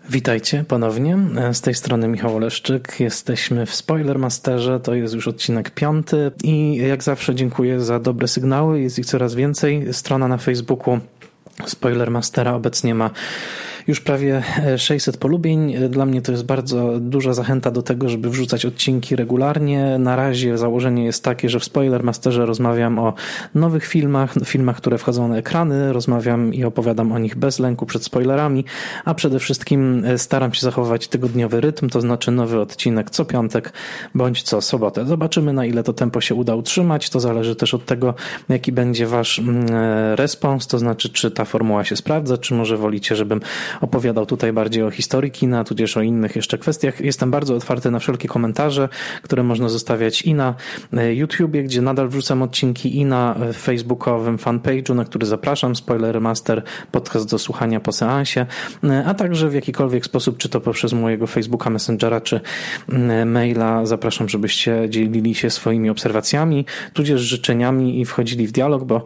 Witajcie ponownie, z tej strony Michał Oleszczyk, jesteśmy w Spoilermasterze, to jest już odcinek 5 i jak zawsze dziękuję za dobre sygnały, jest ich coraz więcej. Strona na Facebooku Spoilermastera obecnie ma już prawie 600 polubień. Dla mnie to jest bardzo duża zachęta do tego, żeby wrzucać odcinki regularnie. Na razie założenie jest takie, że w Spoilermasterze rozmawiam o nowych filmach, które wchodzą na ekrany. Rozmawiam i opowiadam o nich bez lęku przed spoilerami, a przede wszystkim staram się zachowywać tygodniowy rytm, to znaczy nowy odcinek co piątek bądź co sobotę. Zobaczymy, na ile to tempo się uda utrzymać. To zależy też od tego, jaki będzie wasz respons, to znaczy czy ta formuła się sprawdza, czy może wolicie, żebym opowiadał tutaj bardziej o historii kina, tudzież o innych jeszcze kwestiach. Jestem bardzo otwarty na wszelkie komentarze, które można zostawiać i na YouTubie, gdzie nadal wrzucam odcinki, i na facebookowym fanpage'u, na który zapraszam, Spoilermaster, podcast do słuchania po seansie, a także w jakikolwiek sposób, czy to poprzez mojego Facebooka Messengera, czy maila, zapraszam, żebyście dzielili się swoimi obserwacjami, tudzież życzeniami i wchodzili w dialog, bo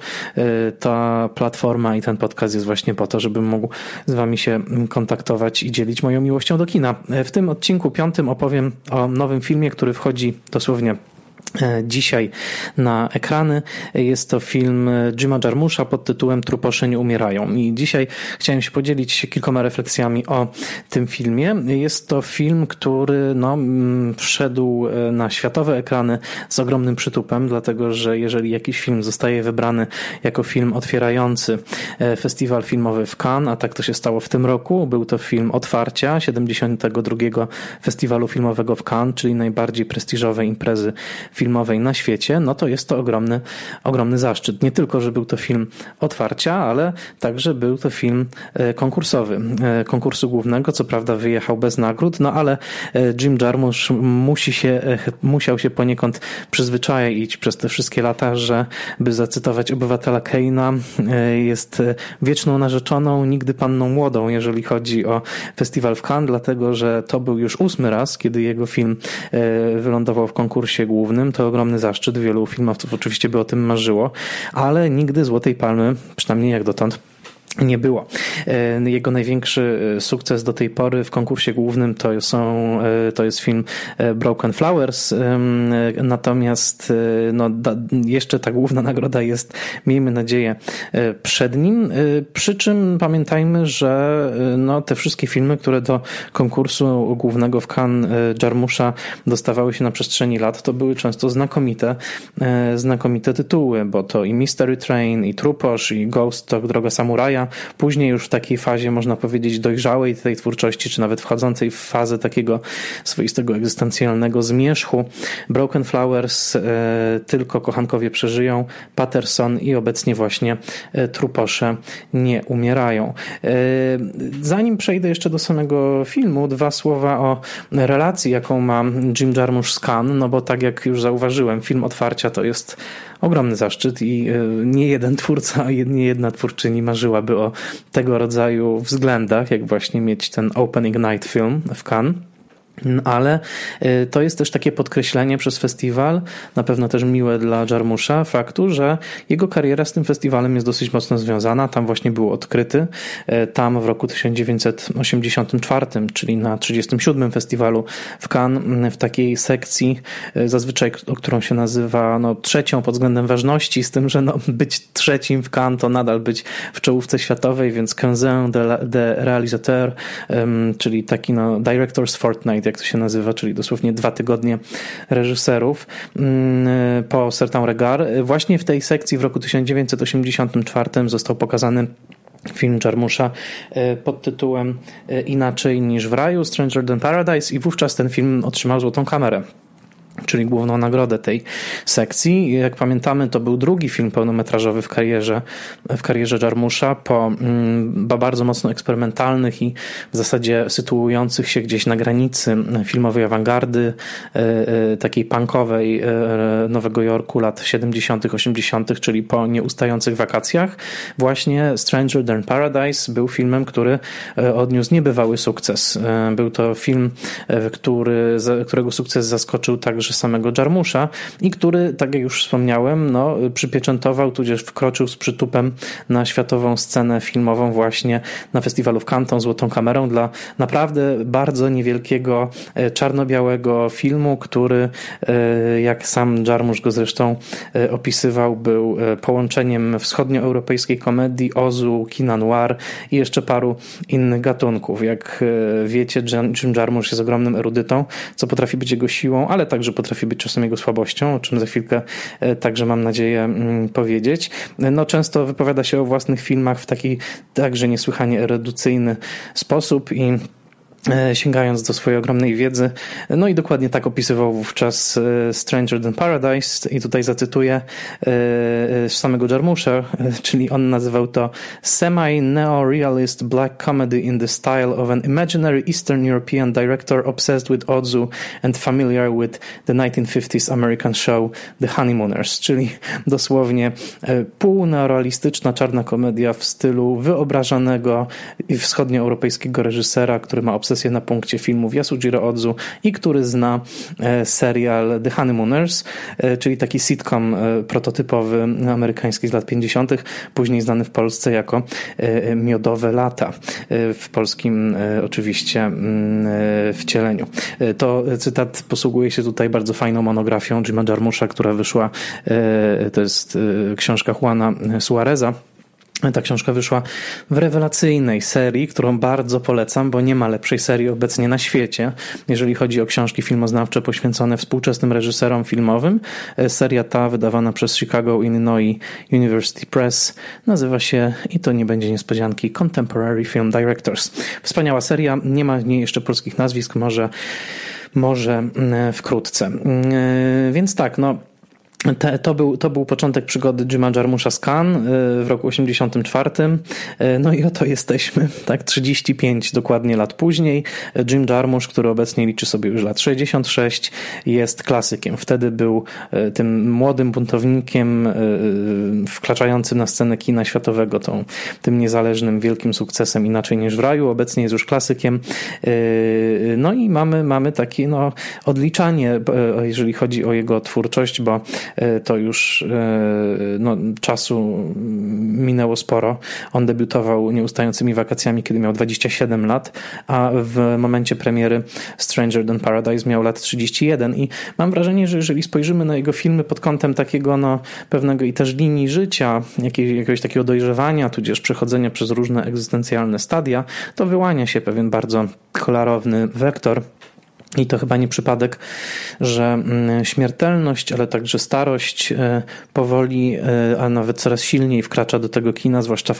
ta platforma i ten podcast jest właśnie po to, żebym mógł z wami się kontaktować i dzielić moją miłością do kina. W tym odcinku 5 opowiem o nowym filmie, który wchodzi dosłownie dzisiaj na ekrany. Jest to film Jima Jarmusza pod tytułem Truposze nie umierają. I dzisiaj chciałem się podzielić kilkoma refleksjami o tym filmie. Jest to film, który wszedł na światowe ekrany z ogromnym przytupem, dlatego że jeżeli jakiś film zostaje wybrany jako film otwierający festiwal filmowy w Cannes, a tak to się stało w tym roku, był to film otwarcia 72. Festiwalu Filmowego w Cannes, czyli najbardziej prestiżowej imprezy filmowej na świecie, no to jest to ogromny zaszczyt. Nie tylko, że był to film otwarcia, ale także był to film konkursowy. Konkursu głównego, co prawda wyjechał bez nagród, no ale Jim Jarmusch musiał się poniekąd przyzwyczaić przez te wszystkie lata, że, by zacytować obywatela Kane'a, jest wieczną narzeczoną, nigdy panną młodą, jeżeli chodzi o festiwal w Cannes, dlatego, że to był już 8. raz, kiedy jego film wylądował w konkursie głównym. To ogromny zaszczyt. Wielu filmowców oczywiście by o tym marzyło, ale nigdy Złotej Palmy, przynajmniej jak dotąd, nie było. Jego największy sukces do tej pory w konkursie głównym to jest film Broken Flowers, natomiast jeszcze ta główna nagroda jest, miejmy nadzieję, przed nim. Przy czym pamiętajmy, że te wszystkie filmy, które do konkursu głównego w Cannes Jarmusza dostawały się na przestrzeni lat, to były często znakomite tytuły, bo to i Mystery Train, i Truposz, i Ghost, to Droga Samuraja. Później już w takiej fazie, można powiedzieć, dojrzałej tej twórczości, czy nawet wchodzącej w fazę takiego swoistego egzystencjalnego zmierzchu, Broken Flowers, Tylko kochankowie przeżyją, Patterson i obecnie właśnie Truposze nie umierają. Zanim przejdę jeszcze do samego filmu, 2 słowa o relacji, jaką ma Jim Jarmusch z Cannes, bo tak jak już zauważyłem, film otwarcia to jest ogromny zaszczyt i nie jeden twórca, nie jedna twórczyni marzyłaby o tego rodzaju względach, jak właśnie mieć ten Opening Night Film w Cannes. Ale to jest też takie podkreślenie przez festiwal, na pewno też miłe dla Jarmusza, faktu, że jego kariera z tym festiwalem jest dosyć mocno związana. Tam właśnie był odkryty. Tam w roku 1984, czyli na 37. festiwalu w Cannes, w takiej sekcji, zazwyczaj, którą się nazywa trzecią pod względem ważności, z tym, że być trzecim w Cannes to nadal być w czołówce światowej, więc Quinzaine de Réalisateur, czyli taki Director's Fortnight, jak to się nazywa, czyli dosłownie 2 tygodnie reżyserów po Certain Regard. Właśnie w tej sekcji w roku 1984 został pokazany film Jarmusza pod tytułem Inaczej niż w raju, Stranger Than Paradise, i wówczas ten film otrzymał Złotą Kamerę, czyli główną nagrodę tej sekcji. Jak pamiętamy, to był drugi film pełnometrażowy w karierze Jarmusza po bardzo mocno eksperymentalnych i w zasadzie sytuujących się gdzieś na granicy filmowej awangardy, takiej punkowej Nowego Jorku lat 70., 80., czyli po Nieustających wakacjach. Właśnie Stranger Than Paradise był filmem, który odniósł niebywały sukces. Był to film, którego sukces zaskoczył także przez samego Jarmusza i który, tak jak już wspomniałem, przypieczętował, tudzież wkroczył z przytupem na światową scenę filmową właśnie na festiwalu w Cannes, tą Złotą Kamerą, dla naprawdę bardzo niewielkiego, czarno-białego filmu, który, jak sam Jarmusz go zresztą opisywał, był połączeniem wschodnioeuropejskiej komedii, ozu, kina noir i jeszcze paru innych gatunków. Jak wiecie, Jim Jarmusch jest ogromnym erudytą, co potrafi być jego siłą, ale także potrafi być czasem jego słabością, o czym za chwilkę także mam nadzieję powiedzieć. Często wypowiada się o własnych filmach w taki także niesłychanie erudycyjny sposób i sięgając do swojej ogromnej wiedzy. I dokładnie tak opisywał wówczas Stranger Than Paradise i tutaj zacytuję samego Jarmusza, czyli on nazywał to semi-neo-realist black comedy in the style of an imaginary Eastern European director obsessed with Ozu and familiar with the 1950s American show The Honeymooners, czyli dosłownie półneorealistyczna czarna komedia w stylu wyobrażonego wschodnioeuropejskiego reżysera, który ma obsesję na punkcie filmów Yasujiro Ozu i który zna serial The Honeymooners, czyli taki sitcom prototypowy amerykański z lat 50., później znany w Polsce jako Miodowe lata, w polskim oczywiście wcieleniu. To cytat posługuje się tutaj bardzo fajną monografią Jima Jarmusza, która wyszła, to jest książka Juana Suareza. Ta książka wyszła w rewelacyjnej serii, którą bardzo polecam, bo nie ma lepszej serii obecnie na świecie, jeżeli chodzi o książki filmoznawcze poświęcone współczesnym reżyserom filmowym. Seria ta, wydawana przez Chicago, Illinois University Press, nazywa się, i to nie będzie niespodzianki, Contemporary Film Directors. Wspaniała seria, nie ma w niej jeszcze polskich nazwisk, może wkrótce. Więc tak, To był początek przygody Jima Jarmusza z Cannes w roku 1984. I oto jesteśmy, tak, 35 dokładnie lat później. Jim Jarmusch, który obecnie liczy sobie już lat 66, jest klasykiem. Wtedy był tym młodym buntownikiem wkraczającym na scenę kina światowego, tym niezależnym, wielkim sukcesem Inaczej niż w raju. Obecnie jest już klasykiem. I mamy takie odliczanie, jeżeli chodzi o jego twórczość, bo to już czasu minęło sporo. On debiutował Nieustającymi wakacjami, kiedy miał 27 lat, a w momencie premiery Stranger Than Paradise miał lat 31 i mam wrażenie, że jeżeli spojrzymy na jego filmy pod kątem takiego pewnego i też linii życia, jakiegoś takiego dojrzewania, tudzież przechodzenia przez różne egzystencjalne stadia, to wyłania się pewien bardzo klarowny wektor. I to chyba nie przypadek, że śmiertelność, ale także starość powoli, a nawet coraz silniej wkracza do tego kina, zwłaszcza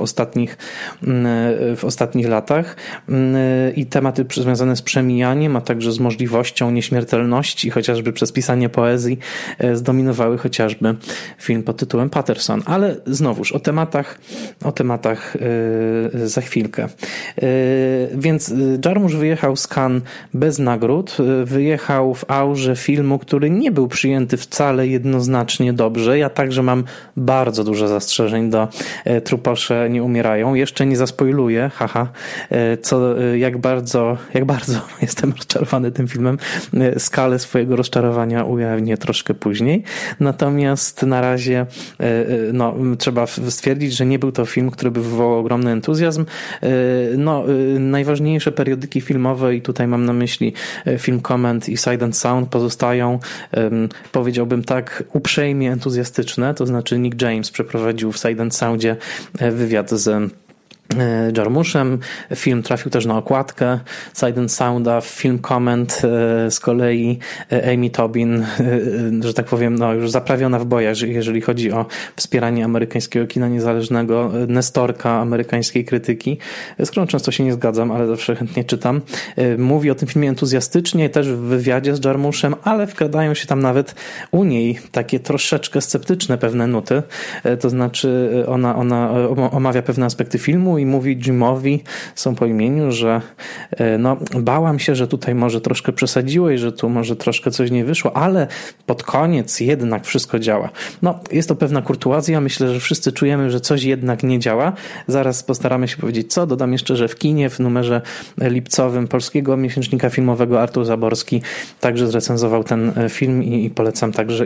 w ostatnich latach. I tematy związane z przemijaniem, a także z możliwością nieśmiertelności, chociażby przez pisanie poezji, zdominowały chociażby film pod tytułem Patterson. Ale znowuż o tematach za chwilkę. Więc Jarmusch wyjechał z Cannes bez nagród, wyjechał w aurze filmu, który nie był przyjęty wcale jednoznacznie dobrze. Ja także mam bardzo dużo zastrzeżeń do Truposze nie umierają. Jeszcze nie zaspoiluję, jak bardzo jestem rozczarowany tym filmem. Skalę swojego rozczarowania ujawnię troszkę później. Natomiast na razie trzeba stwierdzić, że nie był to film, który by wywołał ogromny entuzjazm. Najważniejsze periodyki filmowe, i tutaj mam na myśli Film Comment i Sight and Sound, pozostają, powiedziałbym tak, uprzejmie entuzjastyczne. To znaczy Nick James przeprowadził w Sight and Soundzie wywiad z Jarmuszem. Film trafił też na okładkę Sight and Sounda. W Film Comment z kolei Amy Tobin, że tak powiem, już zaprawiona w bojach, jeżeli chodzi o wspieranie amerykańskiego kina niezależnego, nestorka amerykańskiej krytyki, z którą często się nie zgadzam, ale zawsze chętnie czytam. Mówi o tym filmie entuzjastycznie, też w wywiadzie z Jarmuszem, ale wkradają się tam nawet u niej takie troszeczkę sceptyczne pewne nuty. To znaczy ona omawia pewne aspekty filmu i mówi Jimowi, są po imieniu, że no bałam się, że tutaj może troszkę przesadziłeś, że tu może troszkę coś nie wyszło, ale pod koniec jednak wszystko działa. No, jest to pewna kurtuazja, myślę, że wszyscy czujemy, że coś jednak nie działa. Zaraz postaramy się powiedzieć co. Dodam jeszcze, że w kinie w numerze lipcowym polskiego miesięcznika filmowego Artur Zaborski także zrecenzował ten film i polecam także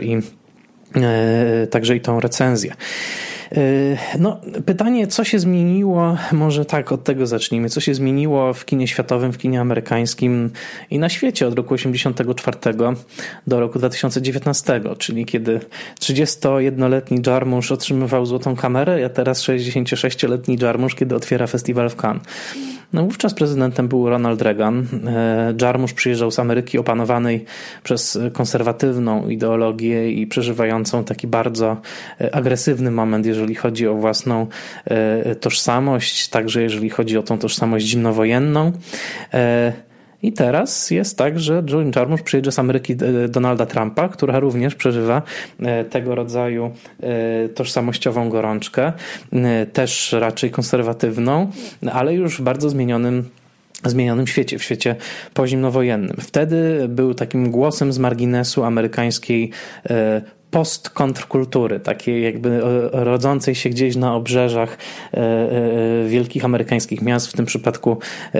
i tą recenzję. No, pytanie, co się zmieniło, może tak od tego zacznijmy, co się zmieniło w kinie światowym, w kinie amerykańskim i na świecie od roku 1984 do roku 2019, czyli kiedy 31-letni Jarmusch otrzymywał Złotą Kamerę, a teraz 66-letni Jarmusch, kiedy otwiera festiwal w Cannes. No, wówczas prezydentem był Ronald Reagan. Jarmusch przyjeżdżał z Ameryki opanowanej przez konserwatywną ideologię i przeżywającą taki bardzo agresywny moment, jeżeli chodzi o własną tożsamość, także jeżeli chodzi o tą tożsamość zimnowojenną. I teraz jest tak, że Jarmusch przyjedzie z Ameryki Donalda Trumpa, która również przeżywa tego rodzaju tożsamościową gorączkę, też raczej konserwatywną, ale już w bardzo zmienionym świecie, w świecie pozimnowojennym. Wtedy był takim głosem z marginesu amerykańskiej postkontrkultury, takiej jakby rodzącej się gdzieś na obrzeżach wielkich amerykańskich miast, w tym przypadku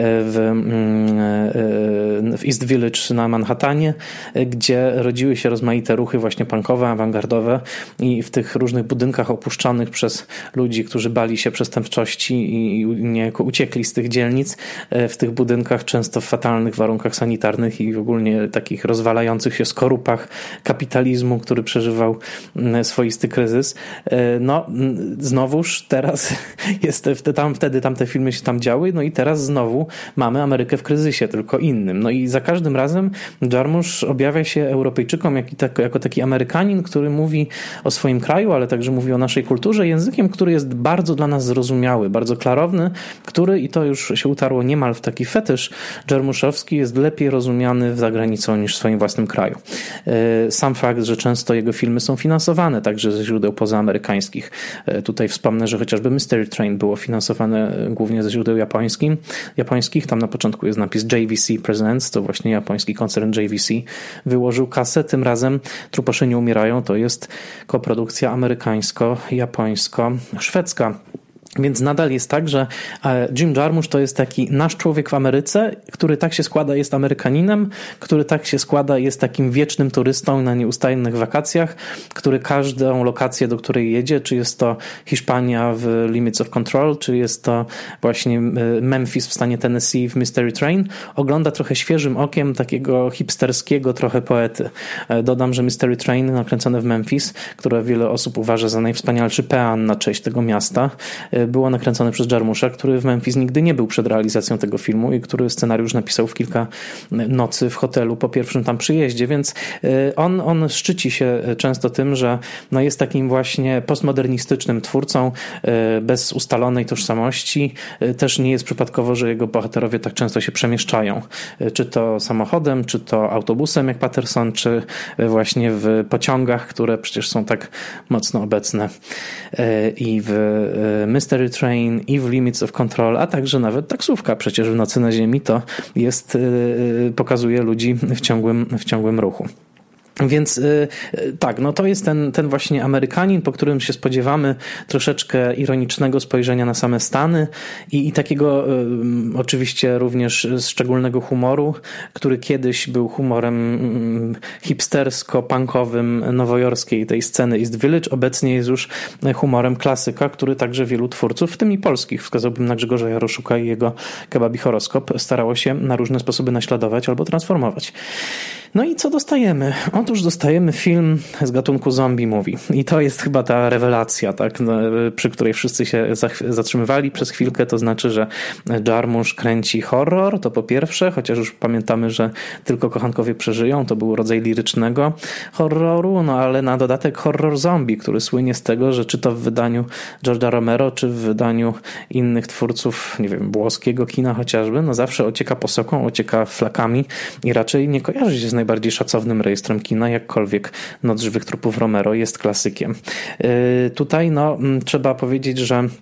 w East Village na Manhattanie, gdzie rodziły się rozmaite ruchy właśnie punkowe, awangardowe i w tych różnych budynkach opuszczonych przez ludzi, którzy bali się przestępczości i niejako uciekli z tych dzielnic, w tych budynkach często w fatalnych warunkach sanitarnych i ogólnie takich rozwalających się skorupach kapitalizmu, który przeżywał swoisty kryzys. No, znowuż teraz wtedy tamte filmy się tam działy, no i teraz znowu mamy Amerykę w kryzysie, tylko innym. No i za każdym razem Jarmusch objawia się Europejczykom jako taki Amerykanin, który mówi o swoim kraju, ale także mówi o naszej kulturze językiem, który jest bardzo dla nas zrozumiały, bardzo klarowny, który, i to już się utarło niemal w taki fetysz jarmuszowski, jest lepiej rozumiany za granicą niż w swoim własnym kraju. Sam fakt, że często jego filmy są finansowane także ze źródeł pozaamerykańskich. Tutaj wspomnę, że chociażby Mystery Train było finansowane głównie ze źródeł japońskich. Tam na początku jest napis JVC Presents, to właśnie japoński koncern JVC wyłożył kasę. Tym razem Truposze nie umierają, to jest koprodukcja amerykańsko-japońsko-szwedzka. Więc nadal jest tak, że Jim Jarmusch to jest taki nasz człowiek w Ameryce, który tak się składa jest Amerykaninem, który tak się składa jest takim wiecznym turystą na nieustających wakacjach, który każdą lokację, do której jedzie, czy jest to Hiszpania w Limits of Control, czy jest to właśnie Memphis w stanie Tennessee w Mystery Train, ogląda trochę świeżym okiem takiego hipsterskiego trochę poety. Dodam, że Mystery Train nakręcone w Memphis, które wiele osób uważa za najwspanialszy pean na cześć tego miasta, było nakręcone przez Jarmusza, który w Memphis nigdy nie był przed realizacją tego filmu i który scenariusz napisał w kilka nocy w hotelu po pierwszym tam przyjeździe, więc on szczyci się często tym, że no jest takim właśnie postmodernistycznym twórcą bez ustalonej tożsamości. Też nie jest przypadkowo, że jego bohaterowie tak często się przemieszczają. Czy to samochodem, czy to autobusem jak Patterson, czy właśnie w pociągach, które przecież są tak mocno obecne i w Mystery Train i w Limits of Control, a także nawet taksówka przecież w Nocy na Ziemi to jest, pokazuje ludzi w ciągłym ruchu. Więc tak, no to jest ten właśnie Amerykanin, po którym się spodziewamy troszeczkę ironicznego spojrzenia na same Stany i takiego oczywiście również szczególnego humoru, który kiedyś był humorem hipstersko-punkowym nowojorskiej tej sceny East Village, obecnie jest już humorem klasyka, który także wielu twórców, w tym i polskich, wskazałbym na Grzegorza Jaroszuka i jego Kebab i Horoskop, starało się na różne sposoby naśladować albo transformować. No i co dostajemy? Otóż dostajemy film z gatunku zombie movie. I to jest chyba ta rewelacja, tak, przy której wszyscy się zatrzymywali przez chwilkę. To znaczy, że Jarmusch kręci horror, to po pierwsze, chociaż już pamiętamy, że Tylko kochankowie przeżyją, to był rodzaj lirycznego horroru, no ale na dodatek horror zombie, który słynie z tego, że czy to w wydaniu George'a Romero, czy w wydaniu innych twórców, nie wiem, włoskiego kina chociażby, no zawsze ocieka posoką, ocieka flakami i raczej nie kojarzy się z najbardziej szacownym rejestrem kina, jakkolwiek Noc żywych trupów Romero jest klasykiem. Tutaj no trzeba powiedzieć, że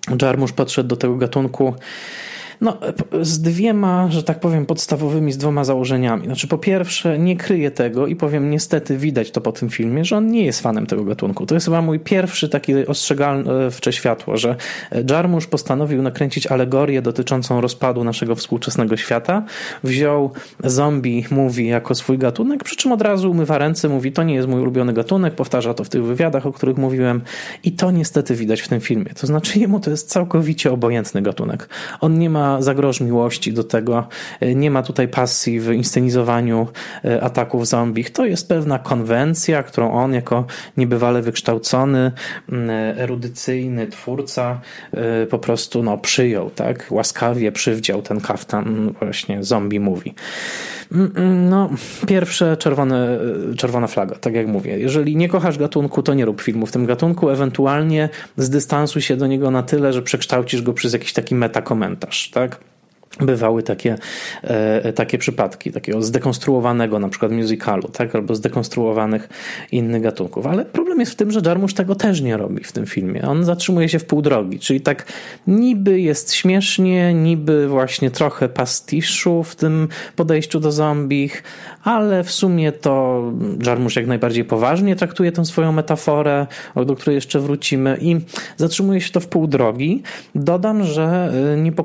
Jarmusch podszedł do tego gatunku z dwiema, że tak powiem, podstawowymi, z dwoma założeniami. Znaczy, po pierwsze, nie kryję tego i powiem, niestety widać to po tym filmie, że on nie jest fanem tego gatunku. To jest chyba mój pierwszy taki ostrzegalcze światło, że Jarmusch postanowił nakręcić alegorię dotyczącą rozpadu naszego współczesnego świata. Wziął zombie movie jako swój gatunek, przy czym od razu umywa ręce, mówi, to nie jest mój ulubiony gatunek, powtarza to w tych wywiadach, o których mówiłem i to niestety widać w tym filmie. To znaczy, jemu to jest całkowicie obojętny gatunek. On nie ma za grosz miłości do tego, nie ma tutaj pasji w inscenizowaniu ataków zombie. To jest pewna konwencja, którą on jako niebywale wykształcony, erudycyjny twórca po prostu przyjął, tak? Łaskawie przywdział ten kaftan właśnie zombie movie. Pierwsze czerwona flaga, tak jak mówię. Jeżeli nie kochasz gatunku, to nie rób filmu w tym gatunku, ewentualnie zdystansuj się do niego na tyle, że przekształcisz go przez jakiś taki metakomentarz, tak? Bywały takie przypadki, takiego zdekonstruowanego na przykład musicalu, tak? Albo zdekonstruowanych innych gatunków. Ale problem jest w tym, że Jarmusch tego też nie robi w tym filmie. On zatrzymuje się w pół drogi, czyli tak niby jest śmiesznie, niby właśnie trochę pastiszu w tym podejściu do zombich, ale w sumie to Jarmusch jak najbardziej poważnie traktuje tę swoją metaforę, do której jeszcze wrócimy i zatrzymuje się to w pół drogi. Dodam, że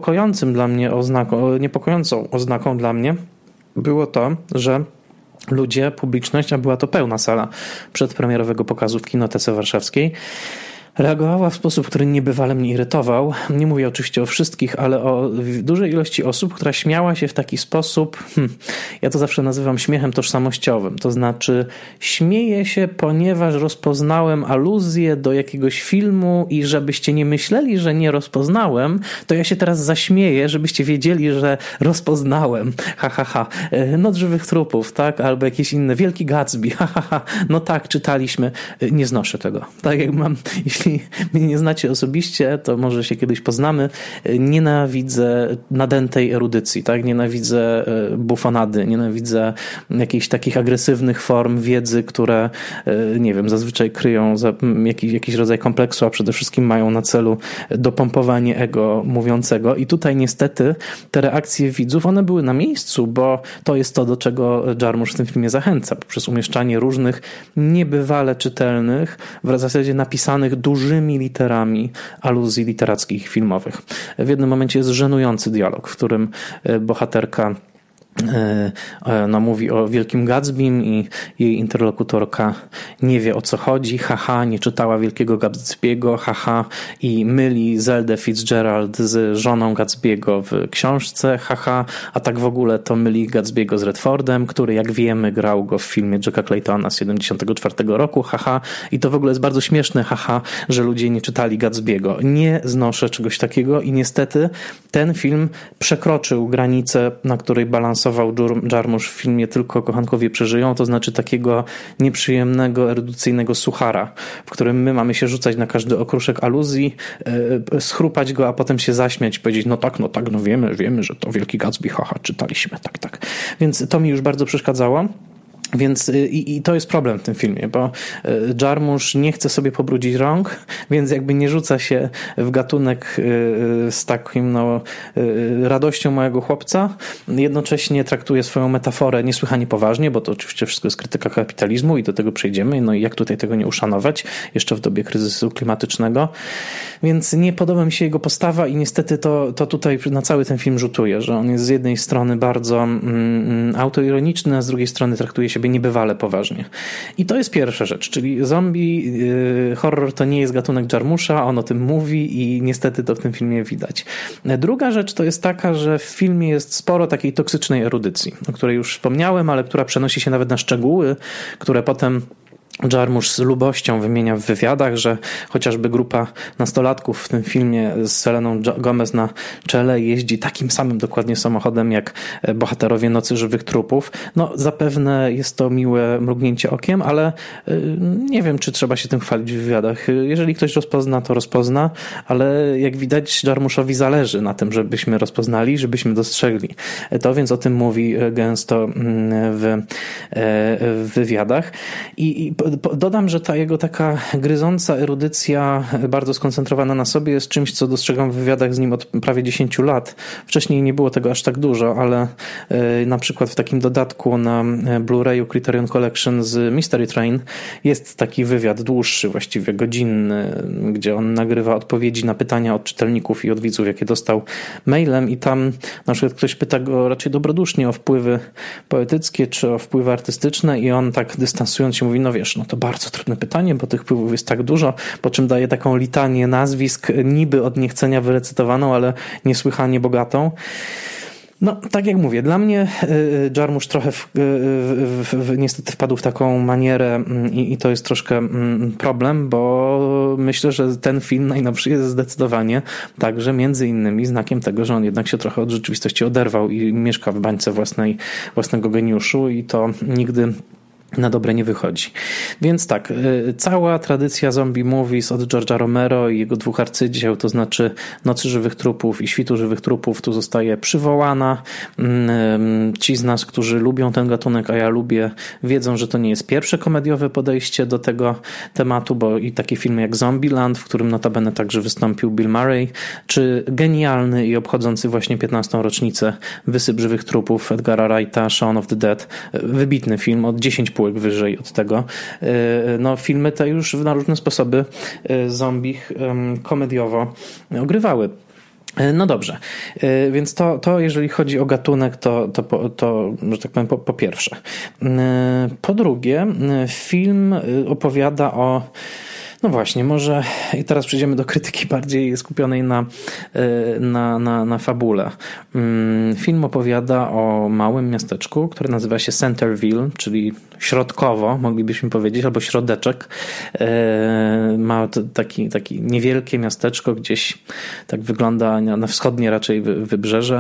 niepokojącą oznaką dla mnie było to, że ludzie, publiczność, a była to pełna sala przedpremierowego pokazu w Kinotece Warszawskiej, reagowała w sposób, który niebywale mnie irytował. Nie mówię oczywiście o wszystkich, ale o dużej ilości osób, która śmiała się w taki sposób, ja to zawsze nazywam śmiechem tożsamościowym. To znaczy śmieję się, ponieważ rozpoznałem aluzję do jakiegoś filmu i żebyście nie myśleli, że nie rozpoznałem, to ja się teraz zaśmieję, żebyście wiedzieli, że rozpoznałem. Noc żywych trupów, tak? Albo jakieś inne. Wielki Gatsby. No tak, czytaliśmy. Nie znoszę tego. Tak jak jeśli mnie nie znacie osobiście, to może się kiedyś poznamy. Nienawidzę nadętej erudycji, tak? Nienawidzę bufonady, nienawidzę jakichś takich agresywnych form wiedzy, które, nie wiem, zazwyczaj kryją jakiś rodzaj kompleksu, a przede wszystkim mają na celu dopompowanie ego mówiącego. I tutaj niestety te reakcje widzów, one były na miejscu, bo to jest to, do czego Jarmusch w tym filmie zachęca, poprzez umieszczanie różnych niebywale czytelnych, w zasadzie napisanych dużymi literami aluzji literackich i filmowych. W jednym momencie jest żenujący dialog, w którym bohaterka mówi o Wielkim Gatsbym i jej interlokutorka nie wie, o co chodzi, nie czytała Wielkiego Gatsby'ego, i myli Zeldę Fitzgerald z żoną Gatsby'ego w książce, a tak w ogóle to myli Gatsby'ego z Redfordem, który, jak wiemy, grał go w filmie Jacka Claytona z 1974 roku, i to w ogóle jest bardzo śmieszne, że ludzie nie czytali Gatsby'ego. Nie znoszę czegoś takiego i niestety ten film przekroczył granicę, na której balansował Jarmusch w filmie Tylko kochankowie przeżyją, to znaczy takiego nieprzyjemnego, erudycyjnego suchara, w którym my mamy się rzucać na każdy okruszek aluzji, schrupać go, a potem się zaśmiać i powiedzieć, no tak, wiemy, że to Wielki Gatsby, czytaliśmy, tak. Więc to mi już bardzo przeszkadzało. Więc i to jest problem w tym filmie, bo Jarmusch nie chce sobie pobrudzić rąk, więc jakby nie rzuca się w gatunek z takim radością małego chłopca, jednocześnie traktuje swoją metaforę niesłychanie poważnie, bo to oczywiście wszystko jest krytyka kapitalizmu i do tego przejdziemy, i jak tutaj tego nie uszanować, jeszcze w dobie kryzysu klimatycznego, więc nie podoba mi się jego postawa i niestety to tutaj na cały ten film rzutuje, że on jest z jednej strony bardzo autoironiczny, a z drugiej strony traktuje siebie niebywale poważnie. I to jest pierwsza rzecz, czyli zombie horror to nie jest gatunek Jarmusza, on o tym mówi i niestety to w tym filmie widać. Druga rzecz to jest taka, że w filmie jest sporo takiej toksycznej erudycji, o której już wspomniałem, ale która przenosi się nawet na szczegóły, które potem Jarmusch z lubością wymienia w wywiadach, że chociażby grupa nastolatków w tym filmie z Seleną Gomez na czele jeździ takim samym dokładnie samochodem jak bohaterowie Nocy żywych trupów. Zapewne jest to miłe mrugnięcie okiem, ale nie wiem, czy trzeba się tym chwalić w wywiadach. Jeżeli ktoś rozpozna, to rozpozna, ale jak widać Jarmuszowi zależy na tym, żebyśmy rozpoznali, żebyśmy dostrzegli to, więc o tym mówi gęsto w wywiadach. I Dodam, że ta jego taka gryząca erudycja, bardzo skoncentrowana na sobie, jest czymś, co dostrzegam w wywiadach z nim od prawie 10 lat. Wcześniej nie było tego aż tak dużo, ale na przykład w takim dodatku na Blu-rayu Criterion Collection z Mystery Train jest taki wywiad dłuższy, właściwie godzinny, gdzie on nagrywa odpowiedzi na pytania od czytelników i od widzów, jakie dostał mailem, i tam na przykład ktoś pyta go raczej dobrodusznie o wpływy poetyckie czy o wpływy artystyczne i on tak dystansując się mówi, no wiesz, no to bardzo trudne pytanie, bo tych wpływów jest tak dużo, po czym daje taką litanię nazwisk, niby od niechcenia wyrecytowaną, ale niesłychanie bogatą. No, tak jak mówię, dla mnie Jarmusch trochę niestety wpadł w taką manierę i to jest troszkę problem, bo myślę, że ten film najnowszy jest zdecydowanie także między innymi znakiem tego, że on jednak się trochę od rzeczywistości oderwał i mieszka w bańce własnego geniuszu i to nigdy na dobre nie wychodzi. Więc tak, cała tradycja zombie movies od George'a Romero i jego 2 arcydzieł, to znaczy Nocy żywych trupów i Świtu żywych trupów, tu zostaje przywołana. Ci z nas, którzy lubią ten gatunek, a ja lubię, wiedzą, że to nie jest pierwsze komediowe podejście do tego tematu, bo i takie filmy jak Zombieland, w którym notabene także wystąpił Bill Murray, czy genialny i obchodzący właśnie 15. rocznicę Wysyp żywych trupów Edgara Wrighta, Shaun of the Dead, wybitny film, od 10 półek wyżej od tego. No, filmy te już na różne sposoby zombie komediowo ogrywały. No dobrze, więc to jeżeli chodzi o gatunek, to że tak powiem, po pierwsze. Po drugie, film opowiada o... No właśnie, może i teraz przejdziemy do krytyki bardziej skupionej na fabule. Film opowiada o małym miasteczku, które nazywa się Centerville, czyli środkowo, moglibyśmy powiedzieć, albo środeczek. Ma taki niewielkie miasteczko gdzieś, tak wygląda na wschodnie raczej wybrzeże,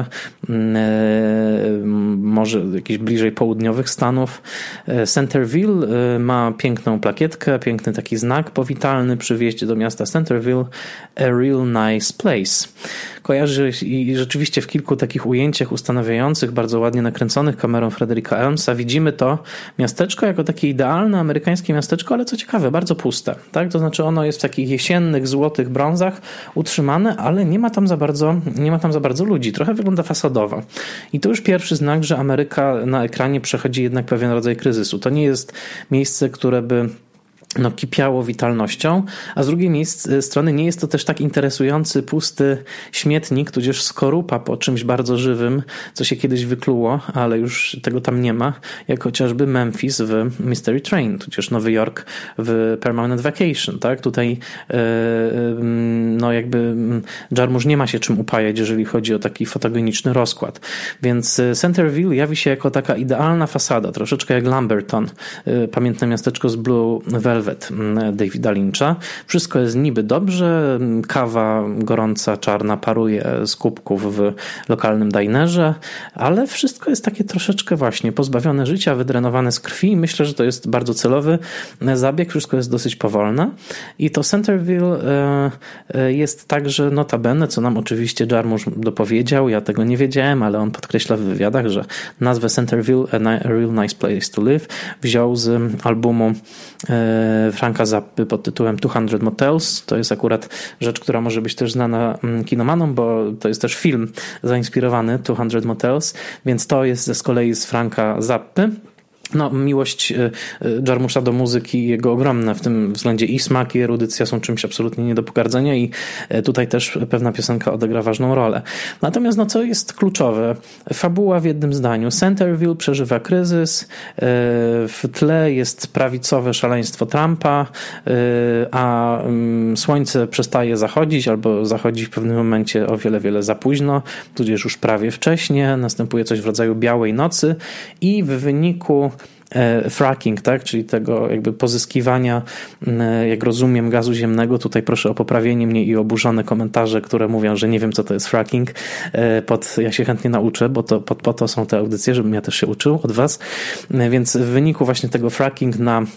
może jakieś bliżej południowych Stanów. Centerville ma piękną plakietkę, piękny taki znak powitalny przy wjeździe do miasta Centerville, a real nice place. Kojarzy i rzeczywiście w kilku takich ujęciach ustanawiających, bardzo ładnie nakręconych kamerą Frederica Elmsa widzimy to miasteczko jako takie idealne amerykańskie miasteczko, ale co ciekawe, bardzo puste. Tak? To znaczy ono jest w takich jesiennych, złotych brązach utrzymane, ale nie ma tam za bardzo ludzi. Trochę wygląda fasadowo. I to już pierwszy znak, że Ameryka na ekranie przechodzi jednak pewien rodzaj kryzysu. To nie jest miejsce, które by kipiało witalnością, a z drugiej strony nie jest to też tak interesujący, pusty śmietnik, tudzież skorupa po czymś bardzo żywym, co się kiedyś wykluło, ale już tego tam nie ma, jak chociażby Memphis w Mystery Train, tudzież Nowy Jork w Permanent Vacation, tak? Tutaj jakby Jarmusch nie ma się czym upajać, jeżeli chodzi o taki fotogeniczny rozkład. Więc Centerville jawi się jako taka idealna fasada, troszeczkę jak Lumberton, pamiętne miasteczko z Blue Velvet Davida Lyncha. Wszystko jest niby dobrze, kawa gorąca, czarna paruje z kubków w lokalnym dinerze, ale wszystko jest takie troszeczkę właśnie pozbawione życia, wydrenowane z krwi. Myślę, że to jest bardzo celowy zabieg, wszystko jest dosyć powolne i to Centerville jest także notabene, co nam oczywiście Jarmusch dopowiedział, ja tego nie wiedziałem, ale on podkreśla w wywiadach, że nazwę Centerville, a real nice place to live, wziął z albumu Franka Zappy pod tytułem 200 Motels. To jest akurat rzecz, która może być też znana kinomanom, bo to jest też film zainspirowany 200 Motels, więc to jest z kolei z Franka Zappy. No, miłość Jarmusza do muzyki, jego ogromna w tym względzie i smak, i erudycja są czymś absolutnie nie do pogardzenia i tutaj też pewna piosenka odegra ważną rolę. Natomiast co jest kluczowe? Fabuła w jednym zdaniu. Centerville przeżywa kryzys, w tle jest prawicowe szaleństwo Trumpa, a słońce przestaje zachodzić albo zachodzi w pewnym momencie o wiele, wiele za późno, tudzież już prawie wcześnie, następuje coś w rodzaju białej nocy i w wyniku fracking, tak, czyli tego jakby pozyskiwania, jak rozumiem, gazu ziemnego. Tutaj proszę o poprawienie mnie i oburzone komentarze, które mówią, że nie wiem, co to jest fracking. Ja się chętnie nauczę, bo po to są te audycje, żebym ja też się uczył od was. Więc w wyniku właśnie tego fracking na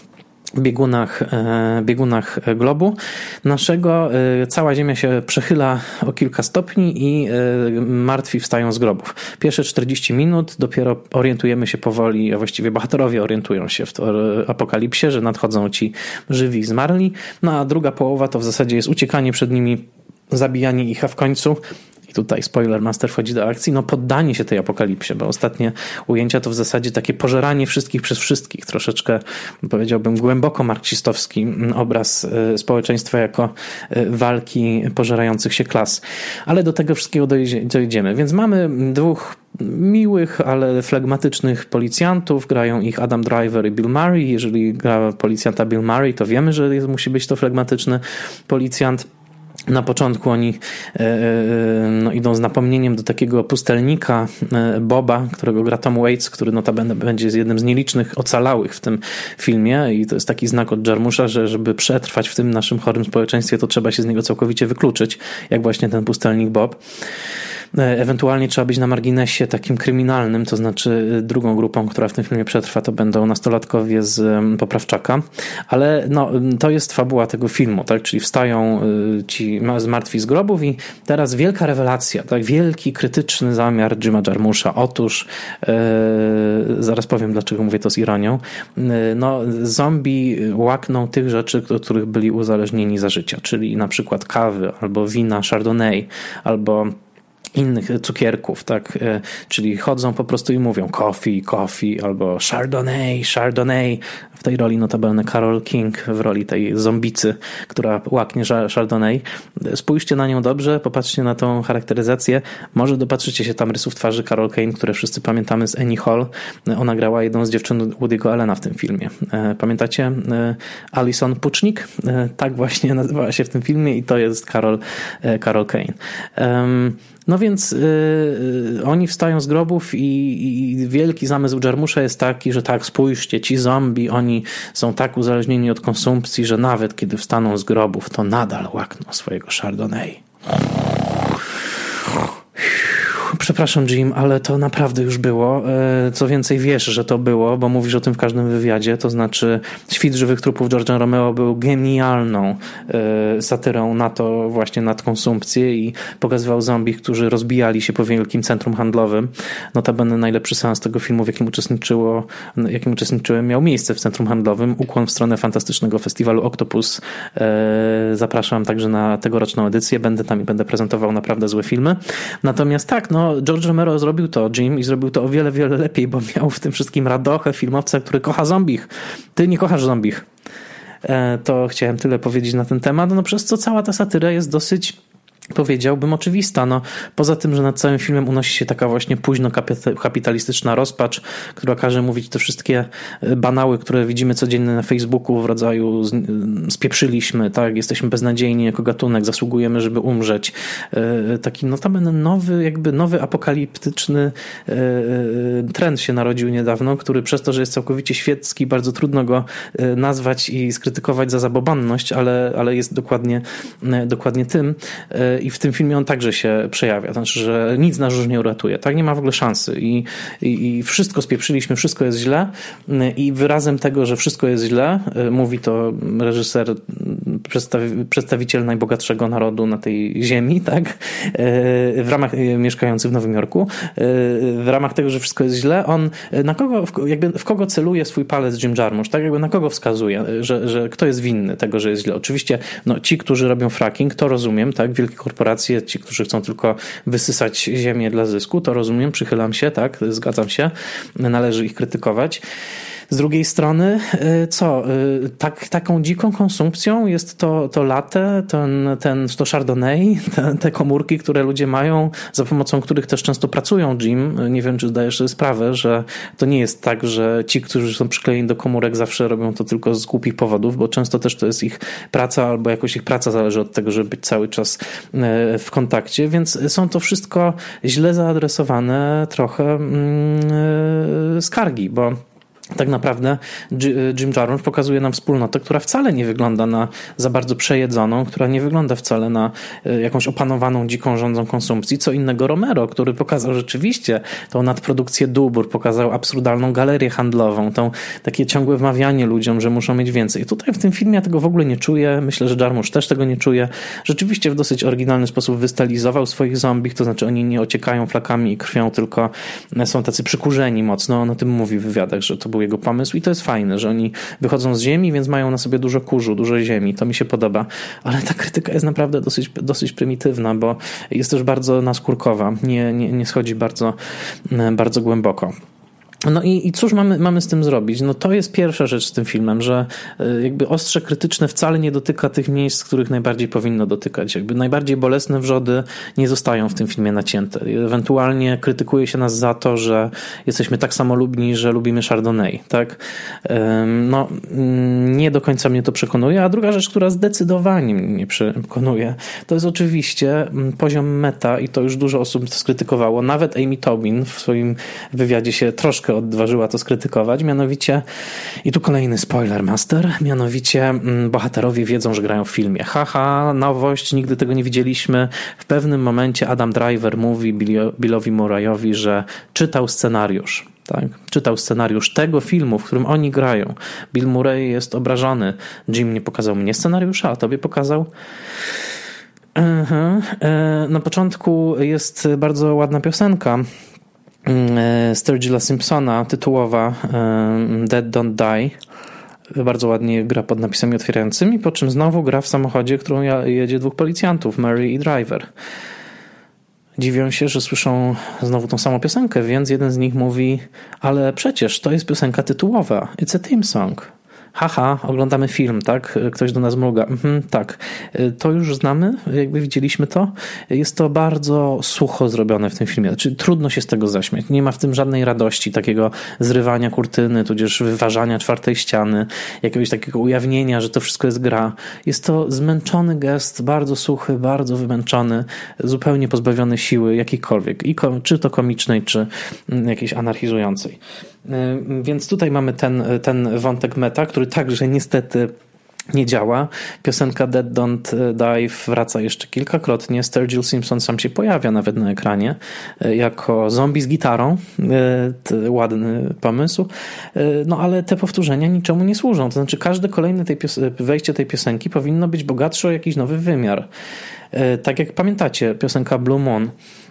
biegunach globu naszego. Cała Ziemia się przechyla o kilka stopni i martwi wstają z grobów. Pierwsze 40 minut dopiero orientujemy się powoli, a właściwie bohaterowie orientują się w apokalipsie, że nadchodzą ci żywi i zmarli, no a druga połowa to w zasadzie jest uciekanie przed nimi, zabijanie ich, a w końcu, i tutaj spoiler master wchodzi do akcji, no poddanie się tej apokalipsie, bo ostatnie ujęcia to w zasadzie takie pożeranie wszystkich przez wszystkich. Troszeczkę, powiedziałbym, głęboko marksistowski obraz społeczeństwa jako walki pożerających się klas. Ale do tego wszystkiego dojdziemy. Więc mamy dwóch miłych, ale flegmatycznych policjantów. Grają ich Adam Driver i Bill Murray. Jeżeli gra policjanta Bill Murray, to wiemy, że musi być to flegmatyczny policjant. Na początku oni idą z napomnieniem do takiego pustelnika Boba, którego gra Tom Waits, który notabene będzie jednym z nielicznych ocalałych w tym filmie i to jest taki znak od Jarmusza, że żeby przetrwać w tym naszym chorym społeczeństwie, to trzeba się z niego całkowicie wykluczyć, jak właśnie ten pustelnik Bob. Ewentualnie trzeba być na marginesie takim kryminalnym, to znaczy drugą grupą, która w tym filmie przetrwa, to będą nastolatkowie z Poprawczaka, ale no, to jest fabuła tego filmu, tak? Czyli wstają ci zmartwi z grobów i teraz wielka rewelacja, tak? Wielki, krytyczny zamiar Jima Jarmusza. Otóż, zaraz powiem, dlaczego mówię to z ironią, no, zombie łakną tych rzeczy, od których byli uzależnieni za życia, czyli na przykład kawy, albo wina Chardonnay, albo innych cukierków, tak, czyli chodzą po prostu i mówią coffee, albo Chardonnay. W tej roli notabene Carole King, w roli tej zombicy, która łaknie Chardonnay. Spójrzcie na nią dobrze, popatrzcie na tą charakteryzację. Może dopatrzycie się tam rysów twarzy Carole King, które wszyscy pamiętamy z Annie Hall. Ona grała jedną z dziewczyn Woody'ego Allena w tym filmie. Pamiętacie? Alison Pucznik? Tak właśnie nazywała się w tym filmie i to jest Carole King. No więc oni wstają z grobów i wielki zamysł Jarmusza jest taki, że tak, spójrzcie, ci zombie, oni są tak uzależnieni od konsumpcji, że nawet kiedy wstaną z grobów, to nadal łakną swojego Chardonnay. Przepraszam, Jim, ale to naprawdę już było. Co więcej, wiesz, że to było, bo mówisz o tym w każdym wywiadzie. To znaczy, Świt żywych trupów George'a Romeo był genialną satyrą na to, właśnie nad konsumpcję i pokazywał zombie, którzy rozbijali się po wielkim centrum handlowym. Notabene najlepszy seans tego filmu, w jakim uczestniczyłem, miał miejsce w centrum handlowym. Ukłon w stronę fantastycznego festiwalu Octopus. Zapraszam także na tegoroczną edycję. Będę tam i będę prezentował naprawdę złe filmy. Natomiast tak, no George Romero zrobił to, Jim, i zrobił to o wiele, wiele lepiej, bo miał w tym wszystkim radochę filmowca, który kocha zombich. Ty nie kochasz zombich. To chciałem tyle powiedzieć na ten temat, no przez co cała ta satyra jest dosyć, powiedziałbym, oczywista. No, poza tym, że nad całym filmem unosi się taka właśnie późno kapitalistyczna rozpacz, która każe mówić te wszystkie banały, które widzimy codziennie na Facebooku w rodzaju spieprzyliśmy, tak, jesteśmy beznadziejni jako gatunek, zasługujemy, żeby umrzeć. Taki notabene nowy apokaliptyczny trend się narodził niedawno, który przez to, że jest całkowicie świecki, bardzo trudno go nazwać i skrytykować za zabobanność, ale jest dokładnie tym. I w tym filmie on także się przejawia. Znaczy, że nic nas już nie uratuje. Tak, nie ma w ogóle szansy. I wszystko spieprzyliśmy, wszystko jest źle. I wyrazem tego, że wszystko jest źle, mówi to reżyser, przedstawiciel najbogatszego narodu na tej ziemi, tak? Mieszkający w Nowym Jorku. W ramach tego, że wszystko jest źle, on w kogo celuje swój palec Jim Jarmusch, tak? Jakby na kogo wskazuje, że kto jest winny tego, że jest źle. Oczywiście, no, ci, którzy robią fracking, to rozumiem, tak? Wielkie korporacje, ci, którzy chcą tylko wysysać ziemię dla zysku, to rozumiem, przychylam się, tak? Zgadzam się. Należy ich krytykować. Z drugiej strony, taką dziką konsumpcją jest to latte, to Chardonnay, te komórki, które ludzie mają, za pomocą których też często pracują, Jim. Nie wiem, czy zdajesz sobie sprawę, że to nie jest tak, że ci, którzy są przyklejeni do komórek, zawsze robią to tylko z głupich powodów, bo często też to jest ich praca, albo jakoś ich praca zależy od tego, żeby być cały czas w kontakcie, więc są to wszystko źle zaadresowane trochę skargi, bo tak naprawdę Jim Jarmusch pokazuje nam wspólnotę, która wcale nie wygląda na za bardzo przejedzoną, która nie wygląda wcale na jakąś opanowaną, dziką rządzą konsumpcji. Co innego Romero, który pokazał rzeczywiście tą nadprodukcję dóbr, pokazał absurdalną galerię handlową, takie ciągłe wmawianie ludziom, że muszą mieć więcej. Tutaj w tym filmie ja tego w ogóle nie czuję. Myślę, że Jarmusch też tego nie czuje. Rzeczywiście w dosyć oryginalny sposób wystylizował swoich zombich, to znaczy oni nie ociekają flakami i krwią, tylko są tacy przykurzeni mocno. On o tym mówi w wywiadach, że to był jego pomysł i to jest fajne, że oni wychodzą z ziemi, więc mają na sobie dużo kurzu, dużo ziemi. To mi się podoba. Ale ta krytyka jest naprawdę dosyć prymitywna, bo jest też bardzo naskórkowa. Nie schodzi bardzo głęboko. No i cóż mamy z tym zrobić? No to jest pierwsza rzecz z tym filmem, że jakby ostrze krytyczne wcale nie dotyka tych miejsc, których najbardziej powinno dotykać. Jakby najbardziej bolesne wrzody nie zostają w tym filmie nacięte. Ewentualnie krytykuje się nas za to, że jesteśmy tak samolubni, że lubimy Chardonnay, tak? No, nie do końca mnie to przekonuje, a druga rzecz, która zdecydowanie mnie nie przekonuje, to jest oczywiście poziom meta i to już dużo osób skrytykowało. Nawet Amy Tobin w swoim wywiadzie się troszkę odważyła to skrytykować, mianowicie, i tu kolejny spoiler master, mianowicie bohaterowie wiedzą, że grają w filmie. Haha, nowość, nigdy tego nie widzieliśmy. W pewnym momencie Adam Driver mówi Billowi Murrayowi, że czytał scenariusz. Tak? Czytał scenariusz tego filmu, w którym oni grają. Bill Murray jest obrażony. Jim nie pokazał mnie scenariusza, a tobie pokazał. Na początku jest bardzo ładna piosenka Sturgilla Simpsona, tytułowa Dead Don't Die. Bardzo ładnie gra pod napisami otwierającymi, po czym znowu gra w samochodzie, którą jedzie dwóch policjantów, Murray i Driver. Dziwią się, że słyszą znowu tą samą piosenkę, więc jeden z nich mówi, ale przecież to jest piosenka tytułowa. It's a theme song. Haha, oglądamy film, tak? Ktoś do nas mruga. Tak. To już znamy, jakby widzieliśmy to. Jest to bardzo sucho zrobione w tym filmie. Znaczy, trudno się z tego zaśmiać. Nie ma w tym żadnej radości, takiego zrywania kurtyny, tudzież wyważania czwartej ściany, jakiegoś takiego ujawnienia, że to wszystko jest gra. Jest to zmęczony gest, bardzo suchy, bardzo wymęczony, zupełnie pozbawiony siły jakiejkolwiek. Czy to komicznej, czy jakiejś anarchizującej. Więc tutaj mamy ten wątek meta, który także niestety nie działa. Piosenka Dead Don't Die wraca jeszcze kilkakrotnie. Sturgill Simpson sam się pojawia nawet na ekranie jako zombie z gitarą. Ładny pomysł. No ale te powtórzenia niczemu nie służą. To znaczy każde kolejne wejście tej piosenki powinno być bogatsze o jakiś nowy wymiar. Tak jak pamiętacie, piosenka Blue Moon,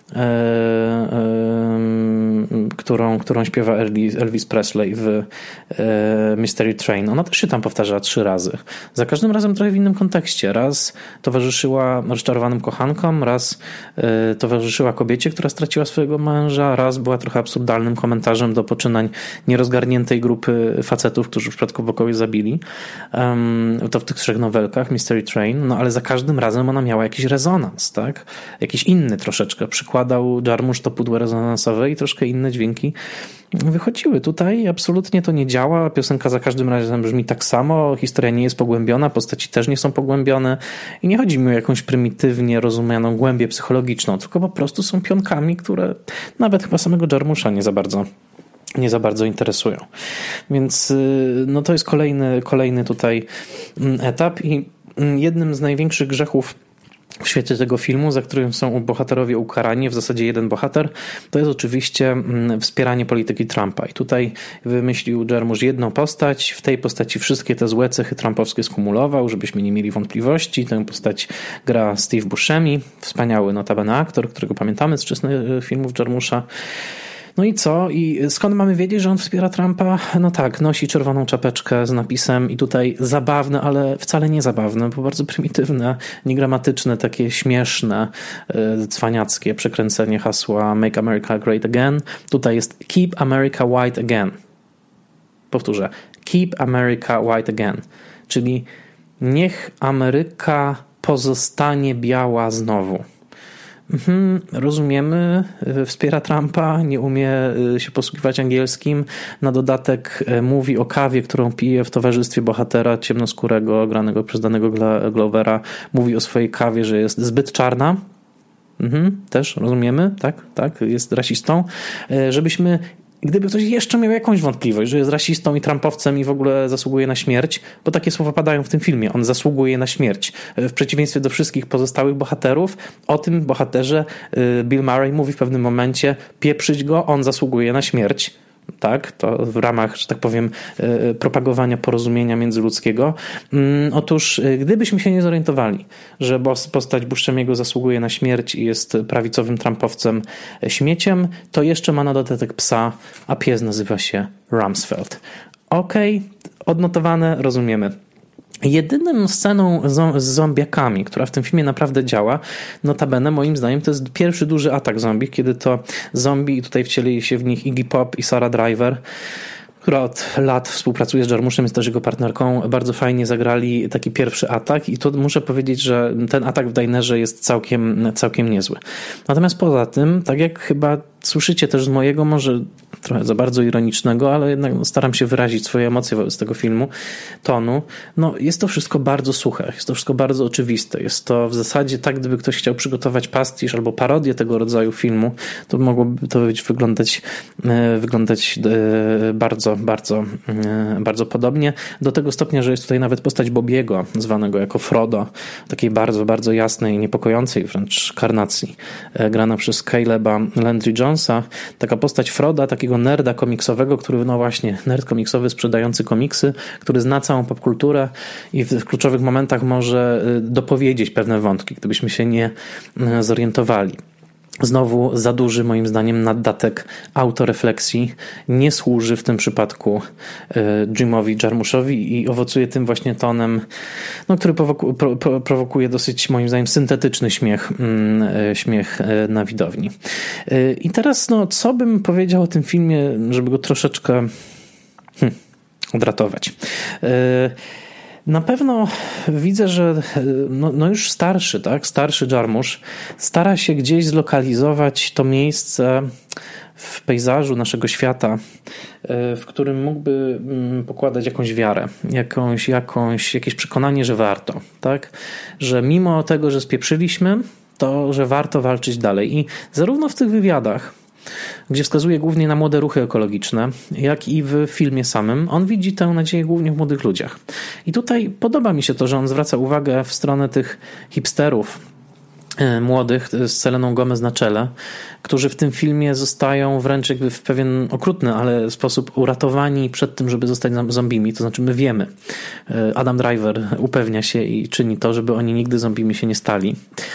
którą śpiewa Elvis Presley w Mystery Train. Ona też się tam powtarza 3 razy. Za każdym razem trochę w innym kontekście. Raz towarzyszyła rozczarowanym kochankom, raz towarzyszyła kobiecie, która straciła swojego męża, raz była trochę absurdalnym komentarzem do poczynań nierozgarniętej grupy facetów, którzy w przypadku pokoju zabili. To w tych 3 nowelkach Mystery Train. No ale za każdym razem ona miała jakiś rezonans, tak? Jakiś inny troszeczkę. Przykładał Jarmusch to pudło rezonansowe i troszkę inne dźwięki wychodziły. Tutaj absolutnie to nie działa. Piosenka za każdym razem brzmi tak samo. Historia nie jest pogłębiona, postaci też nie są pogłębione i nie chodzi mi o jakąś prymitywnie rozumianą głębię psychologiczną, tylko po prostu są pionkami, które nawet chyba samego Jarmusza nie za bardzo interesują. Więc no to jest kolejny tutaj etap i jednym z największych grzechów w świecie tego filmu, za którym są bohaterowie ukarani, w zasadzie jeden bohater, to jest oczywiście wspieranie polityki Trumpa. I tutaj wymyślił Jarmusch jedną postać, w tej postaci wszystkie te złe cechy trumpowskie skumulował, żebyśmy nie mieli wątpliwości. Tę postać gra Steve Buscemi, wspaniały notabene aktor, którego pamiętamy z wczesnych filmów Jarmusza. No i co? I skąd mamy wiedzieć, że on wspiera Trumpa? No tak, nosi czerwoną czapeczkę z napisem i tutaj zabawne, ale wcale nie zabawne, bo bardzo prymitywne, niegramatyczne, takie śmieszne, cwaniackie przekręcenie hasła Make America Great Again. Tutaj jest Keep America White Again. Powtórzę. Keep America White Again. Czyli niech Ameryka pozostanie biała znowu. Rozumiemy, wspiera Trumpa, nie umie się posługiwać angielskim. Na dodatek mówi o kawie, którą pije w towarzystwie bohatera ciemnoskórego, granego przez danego Glovera. Mówi o swojej kawie, że jest zbyt czarna. Też rozumiemy, tak, jest rasistą. Żebyśmy gdyby ktoś jeszcze miał jakąś wątpliwość, że jest rasistą i trumpowcem i w ogóle zasługuje na śmierć, bo takie słowa padają w tym filmie, on zasługuje na śmierć. W przeciwieństwie do wszystkich pozostałych bohaterów, o tym bohaterze Bill Murray mówi w pewnym momencie, pieprzyć go, on zasługuje na śmierć. Tak, to w ramach, że tak powiem, propagowania porozumienia międzyludzkiego. Otóż, gdybyśmy się nie zorientowali, że postać Buscemiego zasługuje na śmierć i jest prawicowym trumpowcem śmieciem, to jeszcze ma na dodatek psa, a pies nazywa się Rumsfeld. Okej, odnotowane, rozumiemy. Jedyną sceną z zombiakami, która w tym filmie naprawdę działa, notabene moim zdaniem to jest pierwszy duży atak zombie, kiedy to zombie i tutaj wcielili się w nich Iggy Pop i Sarah Driver, która od lat współpracuje z Jarmusem, jest też jego partnerką. Bardzo fajnie zagrali taki pierwszy atak i to muszę powiedzieć, że ten atak w Dinerze jest całkiem niezły. Natomiast poza tym, tak jak chyba słyszycie też z mojego, może trochę za bardzo ironicznego, ale jednak staram się wyrazić swoje emocje wobec tego filmu, tonu. Jest to wszystko bardzo suche, jest to wszystko bardzo oczywiste. Jest to w zasadzie tak, gdyby ktoś chciał przygotować pastisz albo parodię tego rodzaju filmu, to mogłoby to wyglądać bardzo, bardzo, bardzo podobnie. Do tego stopnia, że jest tutaj nawet postać Bobiego, zwanego jako Frodo, takiej bardzo, bardzo jasnej, niepokojącej wręcz karnacji, grana przez Caleba Landry Jonesa. Taka postać Froda, takiego nerda komiksowego, który, nerd komiksowy sprzedający komiksy, który zna całą popkulturę i w kluczowych momentach może dopowiedzieć pewne wątki, gdybyśmy się nie zorientowali. Znowu za duży, moim zdaniem, naddatek autorefleksji nie służy w tym przypadku Jimowi Jarmuszowi i owocuje tym właśnie tonem, który prowokuje dosyć, moim zdaniem, syntetyczny śmiech na widowni. I teraz, co bym powiedział o tym filmie, żeby go troszeczkę odratować. Na pewno widzę, że już starszy Jarmusch stara się gdzieś zlokalizować to miejsce w pejzażu naszego świata, w którym mógłby pokładać jakąś wiarę, jakieś przekonanie, że warto, tak? Że mimo tego, że spieprzyliśmy, to że warto walczyć dalej. I zarówno w tych wywiadach, gdzie wskazuje głównie na młode ruchy ekologiczne, jak i w filmie samym, on widzi tę nadzieję głównie w młodych ludziach. I tutaj podoba mi się to, że on zwraca uwagę w stronę tych hipsterów młodych z Seleną Gomez na czele, którzy w tym filmie zostają wręcz jakby w pewien okrutny, ale sposób uratowani przed tym, żeby zostać zombimi. To znaczy my wiemy. Adam Driver upewnia się i czyni to, żeby oni nigdy zombimi się nie stali.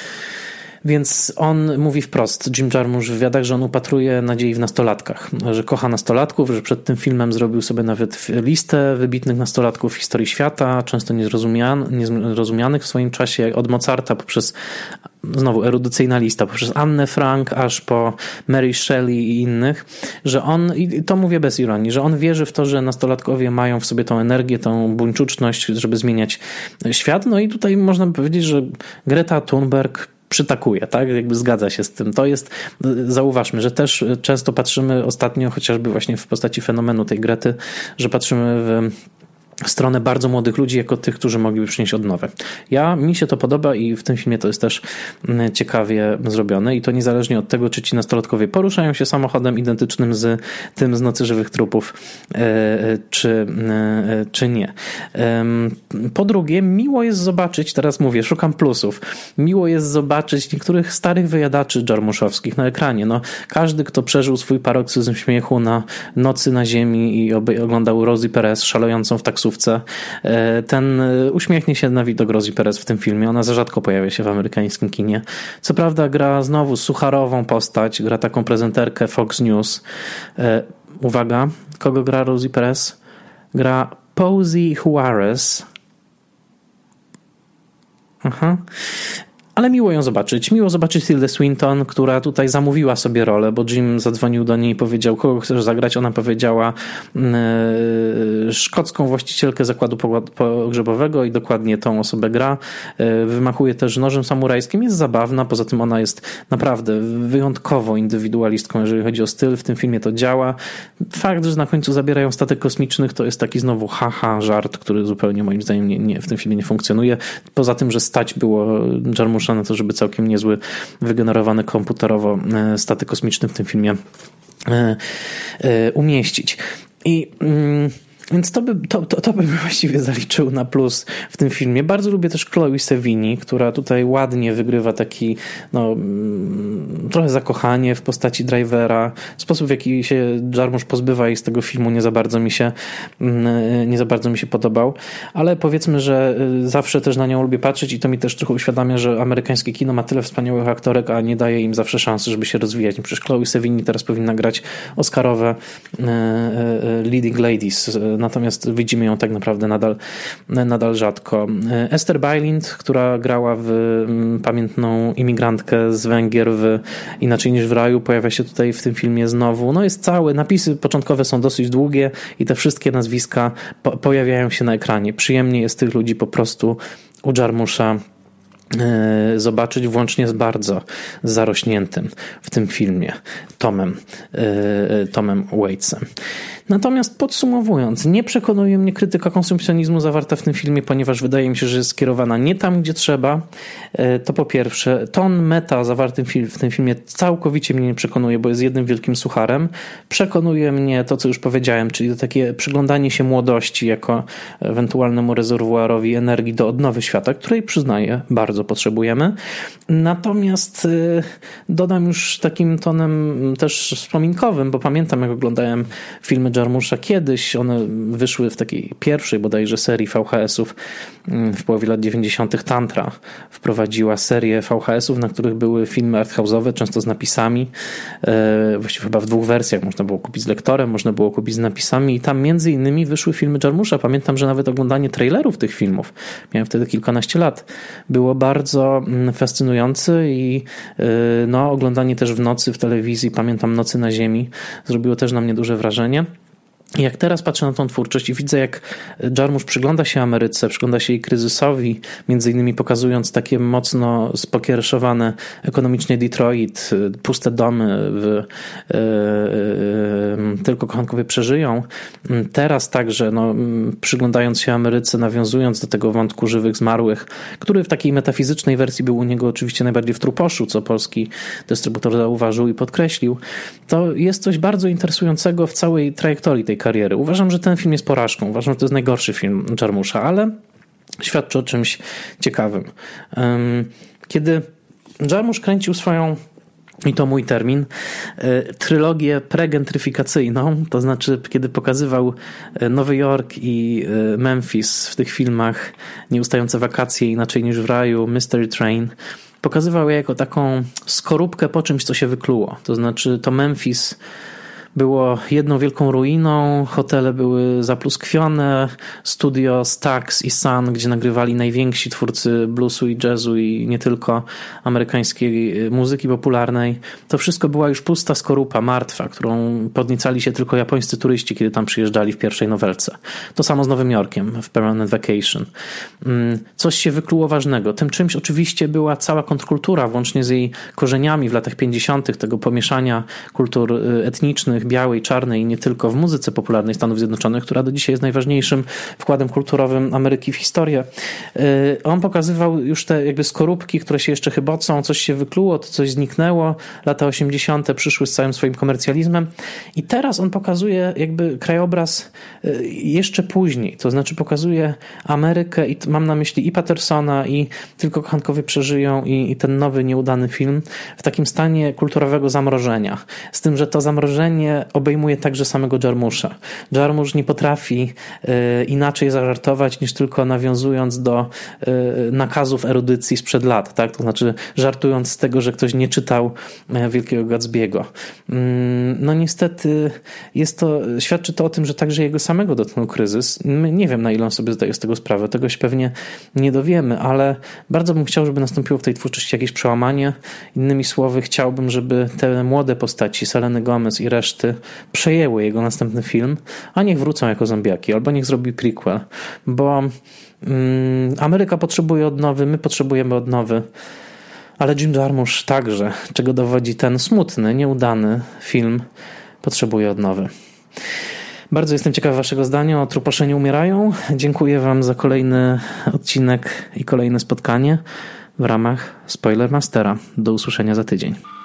Więc on mówi wprost, Jim Jarmusch w wywiadach, że on upatruje nadziei w nastolatkach, że kocha nastolatków, że przed tym filmem zrobił sobie nawet listę wybitnych nastolatków w historii świata, często niezrozumianych w swoim czasie, od Mozarta poprzez, znowu erudycyjna lista, poprzez Annę Frank, aż po Mary Shelley i innych, że on, i to mówię bez ironii, że on wierzy w to, że nastolatkowie mają w sobie tą energię, tą buńczuczność, żeby zmieniać świat. I tutaj można powiedzieć, że Greta Thunberg przytakuje, tak? Jakby zgadza się z tym. To jest, zauważmy, że też często patrzymy ostatnio, chociażby właśnie w postaci fenomenu tej Grety, że patrzymy w stronę bardzo młodych ludzi jako tych, którzy mogliby przynieść odnowę. Mi się to podoba i w tym filmie to jest też ciekawie zrobione i to niezależnie od tego, czy ci nastolatkowie poruszają się samochodem identycznym z tym z Nocy Żywych Trupów, czy nie. Po drugie, miło jest zobaczyć, teraz mówię, szukam plusów, miło jest zobaczyć niektórych starych wyjadaczy jarmuszowskich na ekranie. Każdy, kto przeżył swój paroksyzm śmiechu na Nocy na Ziemi i oglądał Rosie Perez szalejącą w taksówce, ten uśmiechnie się na widok Rosie Perez w tym filmie. Ona za rzadko pojawia się w amerykańskim kinie. Co prawda gra znowu sucharową postać, gra taką prezenterkę Fox News. Uwaga, kogo gra Rosie Perez? Gra Posey Juarez. Aha. Ale miło ją zobaczyć. Miło zobaczyć Tildę Swinton, która tutaj zamówiła sobie rolę, bo Jim zadzwonił do niej i powiedział, kogo chcesz zagrać. Ona powiedziała szkocką właścicielkę zakładu pogrzebowego i dokładnie tą osobę gra. Wymachuje też nożem samurajskim. Jest zabawna, poza tym ona jest naprawdę wyjątkowo indywidualistką, jeżeli chodzi o styl. W tym filmie to działa. Fakt, że na końcu zabierają statek kosmicznych, to jest taki znowu żart, który zupełnie moim zdaniem w tym filmie nie funkcjonuje. Poza tym, że stać było Jarmusza na to, żeby całkiem niezły, wygenerowany komputerowo statek kosmiczny w tym filmie umieścić. I więc to bym właściwie zaliczył na plus w tym filmie. Bardzo lubię też Chloe Sevigny, która tutaj ładnie wygrywa taki trochę zakochanie w postaci Drivera. Sposób, w jaki się Jarmusch pozbywa jej z tego filmu nie za bardzo mi się podobał, ale powiedzmy, że zawsze też na nią lubię patrzeć i to mi też trochę uświadamia, że amerykańskie kino ma tyle wspaniałych aktorek, a nie daje im zawsze szansy, żeby się rozwijać. Przecież Chloe Sevigny teraz powinna grać oscarowe leading ladies, natomiast widzimy ją tak naprawdę nadal rzadko. Esther Bailand, która grała w pamiętną imigrantkę z Węgier w Inaczej niż w raju, pojawia się tutaj w tym filmie znowu. Jest całe, napisy początkowe są dosyć długie i te wszystkie nazwiska pojawiają się na ekranie. Przyjemnie jest tych ludzi po prostu u Jarmusza zobaczyć, włącznie z bardzo zarośniętym w tym filmie Tomem Waitsem. Natomiast podsumowując, nie przekonuje mnie krytyka konsumpcjonizmu zawarta w tym filmie, ponieważ wydaje mi się, że jest skierowana nie tam, gdzie trzeba. To po pierwsze. Ton meta zawarty w tym filmie całkowicie mnie nie przekonuje, bo jest jednym wielkim sucharem. Przekonuje mnie to, co już powiedziałem, czyli takie przyglądanie się młodości jako ewentualnemu rezerwuarowi energii do odnowy świata, której, przyznaję, bardzo potrzebujemy. Natomiast dodam już takim tonem też wspominkowym, bo pamiętam, jak oglądałem filmy Jarmusza kiedyś. One wyszły w takiej pierwszej bodajże serii VHS-ów w połowie lat 90. Tantra wprowadziła serię VHS-ów, na których były filmy arthouse'owe, często z napisami. Właściwie chyba w 2 wersjach. Można było kupić z lektorem, można było kupić z napisami i tam między innymi wyszły filmy Jarmusza. Pamiętam, że nawet oglądanie trailerów tych filmów, miałem wtedy kilkanaście lat, było bardzo fascynujące i oglądanie też w nocy w telewizji, pamiętam Nocy na ziemi, zrobiło też na mnie duże wrażenie. Jak teraz patrzę na tą twórczość i widzę, jak Jarmusch przygląda się Ameryce, przygląda się jej kryzysowi, między innymi pokazując takie mocno spokiereszowane ekonomicznie Detroit, puste domy, tylko kochankowie przeżyją. Teraz także przyglądając się Ameryce, nawiązując do tego wątku żywych zmarłych, który w takiej metafizycznej wersji był u niego oczywiście najbardziej w truposzu, co polski dystrybutor zauważył i podkreślił, to jest coś bardzo interesującego w całej trajektorii tej kariery. Uważam, że ten film jest porażką. Uważam, że to jest najgorszy film Jarmusza, ale świadczy o czymś ciekawym. Kiedy Jarmusch kręcił swoją, i to mój termin, trylogię pregentryfikacyjną, to znaczy kiedy pokazywał Nowy Jork i Memphis w tych filmach Nieustające wakacje, Inaczej niż w raju, Mystery Train, pokazywał je jako taką skorupkę po czymś, co się wykluło. To znaczy to Memphis było jedną wielką ruiną, hotele były zapluskwione, studio Stax i Sun, gdzie nagrywali najwięksi twórcy bluesu i jazzu i nie tylko amerykańskiej muzyki popularnej. To wszystko była już pusta skorupa, martwa, którą podniecali się tylko japońscy turyści, kiedy tam przyjeżdżali w pierwszej nowelce. To samo z Nowym Jorkiem w Permanent Vacation. Coś się wykluło ważnego. Tym czymś oczywiście była cała kontrkultura, włącznie z jej korzeniami w latach 50. tego pomieszania kultur etnicznych, białej, czarnej i nie tylko w muzyce popularnej Stanów Zjednoczonych, która do dzisiaj jest najważniejszym wkładem kulturowym Ameryki w historię. On pokazywał już te jakby skorupki, które się jeszcze chybocą, coś się wykluło, to coś zniknęło, lata 80. przyszły z całym swoim komercjalizmem i teraz on pokazuje jakby krajobraz jeszcze później, to znaczy pokazuje Amerykę i mam na myśli i Pattersona, i Tylko kochankowie przeżyją i ten nowy, nieudany film w takim stanie kulturowego zamrożenia. Z tym, że to zamrożenie obejmuje także samego Jarmusza. Jarmusch nie potrafi inaczej zażartować niż tylko nawiązując do nakazów erudycji sprzed lat, tak? To znaczy żartując z tego, że ktoś nie czytał Wielkiego Gatsby'ego. No niestety świadczy to o tym, że także jego samego dotknął kryzys. Nie wiem, na ile on sobie zdaje z tego sprawę. Tego się pewnie nie dowiemy, ale bardzo bym chciał, żeby nastąpiło w tej twórczości jakieś przełamanie. Innymi słowy, chciałbym, żeby te młode postaci, Seleny Gomez i reszty, przejęły jego następny film, a niech wrócą jako zombiaki, albo niech zrobi prequel, bo Ameryka potrzebuje odnowy, my potrzebujemy odnowy, ale Jim Jarmusch także, czego dowodzi ten smutny, nieudany film, potrzebuje odnowy. Bardzo jestem ciekaw waszego zdania o Truposze nie umierają. Dziękuję wam za kolejny odcinek i kolejne spotkanie w ramach Spoilermastera. Do usłyszenia za tydzień.